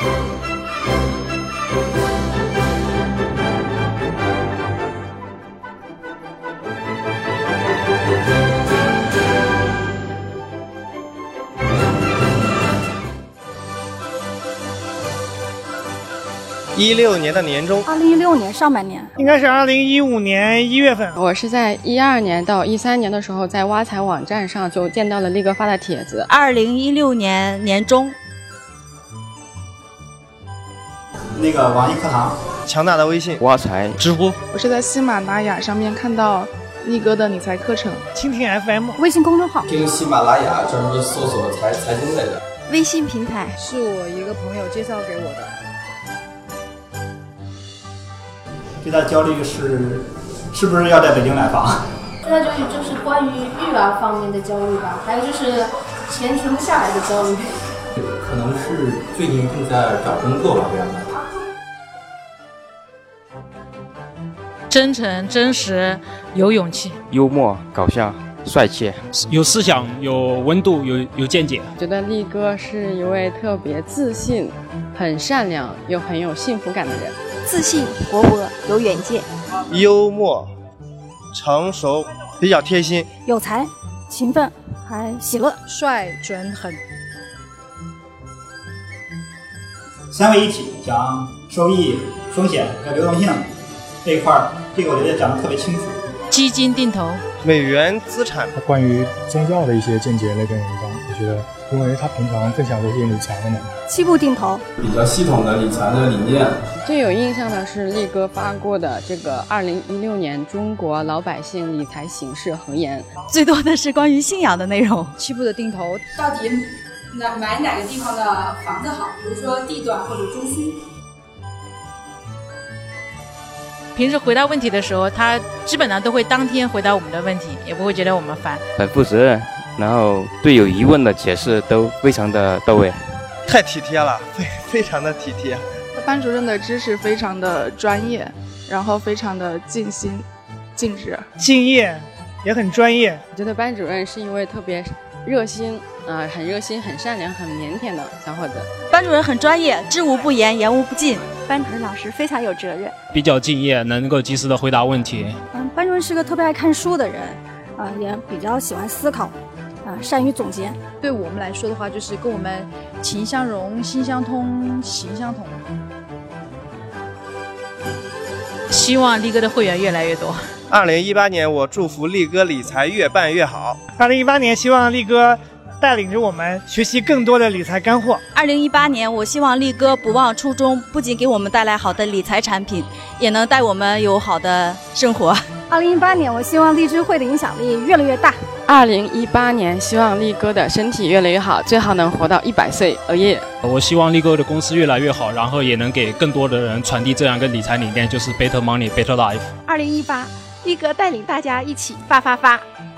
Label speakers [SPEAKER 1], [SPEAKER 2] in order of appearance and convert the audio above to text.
[SPEAKER 1] 16年的年中
[SPEAKER 2] ，2016年上半年，
[SPEAKER 3] 应该是2015年1月份。
[SPEAKER 4] 我是在12年到13年的时候，在挖财网站上就见到了力哥发的帖子。
[SPEAKER 5] 2016年年中，
[SPEAKER 6] 那个网易课堂，
[SPEAKER 1] 强大的微信，
[SPEAKER 7] 挖财，
[SPEAKER 8] 知乎。
[SPEAKER 9] 我是在喜马拉雅上面看到力哥的理财课程，
[SPEAKER 3] 蜻蜓 FM，
[SPEAKER 2] 微信公众号，
[SPEAKER 10] 听喜马拉雅专门搜索财经类的。
[SPEAKER 5] 微信平台
[SPEAKER 11] 是我一个朋友介绍给我的。
[SPEAKER 6] 最大焦虑是不是要在北京买房？
[SPEAKER 12] 最大焦虑就是关于育儿方面的焦虑吧，还有就是钱停不下来的焦虑。
[SPEAKER 10] 可能是最近正在找工作吧，这样的。
[SPEAKER 13] 真诚、真实、有勇气、
[SPEAKER 7] 幽默、搞笑、帅气、
[SPEAKER 8] 有思想、有温度、有见解。
[SPEAKER 4] 觉得力哥是一位特别自信、很善良又很有幸福感的人。
[SPEAKER 5] 自信、活泼、有远见，
[SPEAKER 1] 幽默、成熟，比较贴心，
[SPEAKER 2] 有才、勤奋，还喜乐，
[SPEAKER 11] 帅、准、狠。
[SPEAKER 6] 三位一体，讲收益、风险和流动性这一块儿，这个我觉得讲得特别清楚。
[SPEAKER 13] 基金定投、
[SPEAKER 1] 美元资产，
[SPEAKER 14] 关于宗教的一些见解类的文章，我觉得，因为他平常分享的一些理财的嘛。
[SPEAKER 2] 七步定投，
[SPEAKER 10] 比较系统的理财的理念。
[SPEAKER 4] 最有印象的是力哥发过的这个2016年中国老百姓理财形势恒言，
[SPEAKER 5] 最多的是关于信仰的内容。
[SPEAKER 11] 七步的定投，
[SPEAKER 15] 到底买哪个地方的房子好？比如说地段或者中心。
[SPEAKER 13] 平时回答问题的时候，他基本上都会当天回答我们的问题，也不会觉得我们烦，
[SPEAKER 7] 很负责任，然后对有疑问的解释都非常的到位，
[SPEAKER 1] 太体贴了，非常的体贴。
[SPEAKER 9] 班主任的知识非常的专业，然后非常的尽心尽职，
[SPEAKER 3] 敬业也很专业。
[SPEAKER 4] 我觉得班主任是一位特别热心很热心、很善良、很腼腆的小伙子。
[SPEAKER 5] 班主任很专业，知无不言，言无不尽。
[SPEAKER 2] 班主任老师非常有责任，
[SPEAKER 8] 比较敬业，能够及时的回答问题。
[SPEAKER 2] 班主任是个特别爱看书的人，也比较喜欢思考，善于总结。
[SPEAKER 11] 对我们来说的话，就是跟我们情相融、心相通、行相同。
[SPEAKER 13] 希望力哥的会员越来越多。
[SPEAKER 1] 2018年，我祝福力哥理财越办越好。
[SPEAKER 3] 2018年，希望力哥带领着我们学习更多的理财干货。
[SPEAKER 5] 2018年，我希望力哥不忘初衷，不仅给我们带来好的理财产品，也能带我们有好的生活。
[SPEAKER 2] 2018年，我希望励志会的影响力越来越大。
[SPEAKER 4] 2018年，希望力哥的身体越来越好，最好能活到100岁。
[SPEAKER 8] 我希望力哥的公司越来越好，然后也能给更多的人传递这样一个理财理念，就是 Better Money, Better Life。
[SPEAKER 2] 2018，力哥带领大家一起发发发。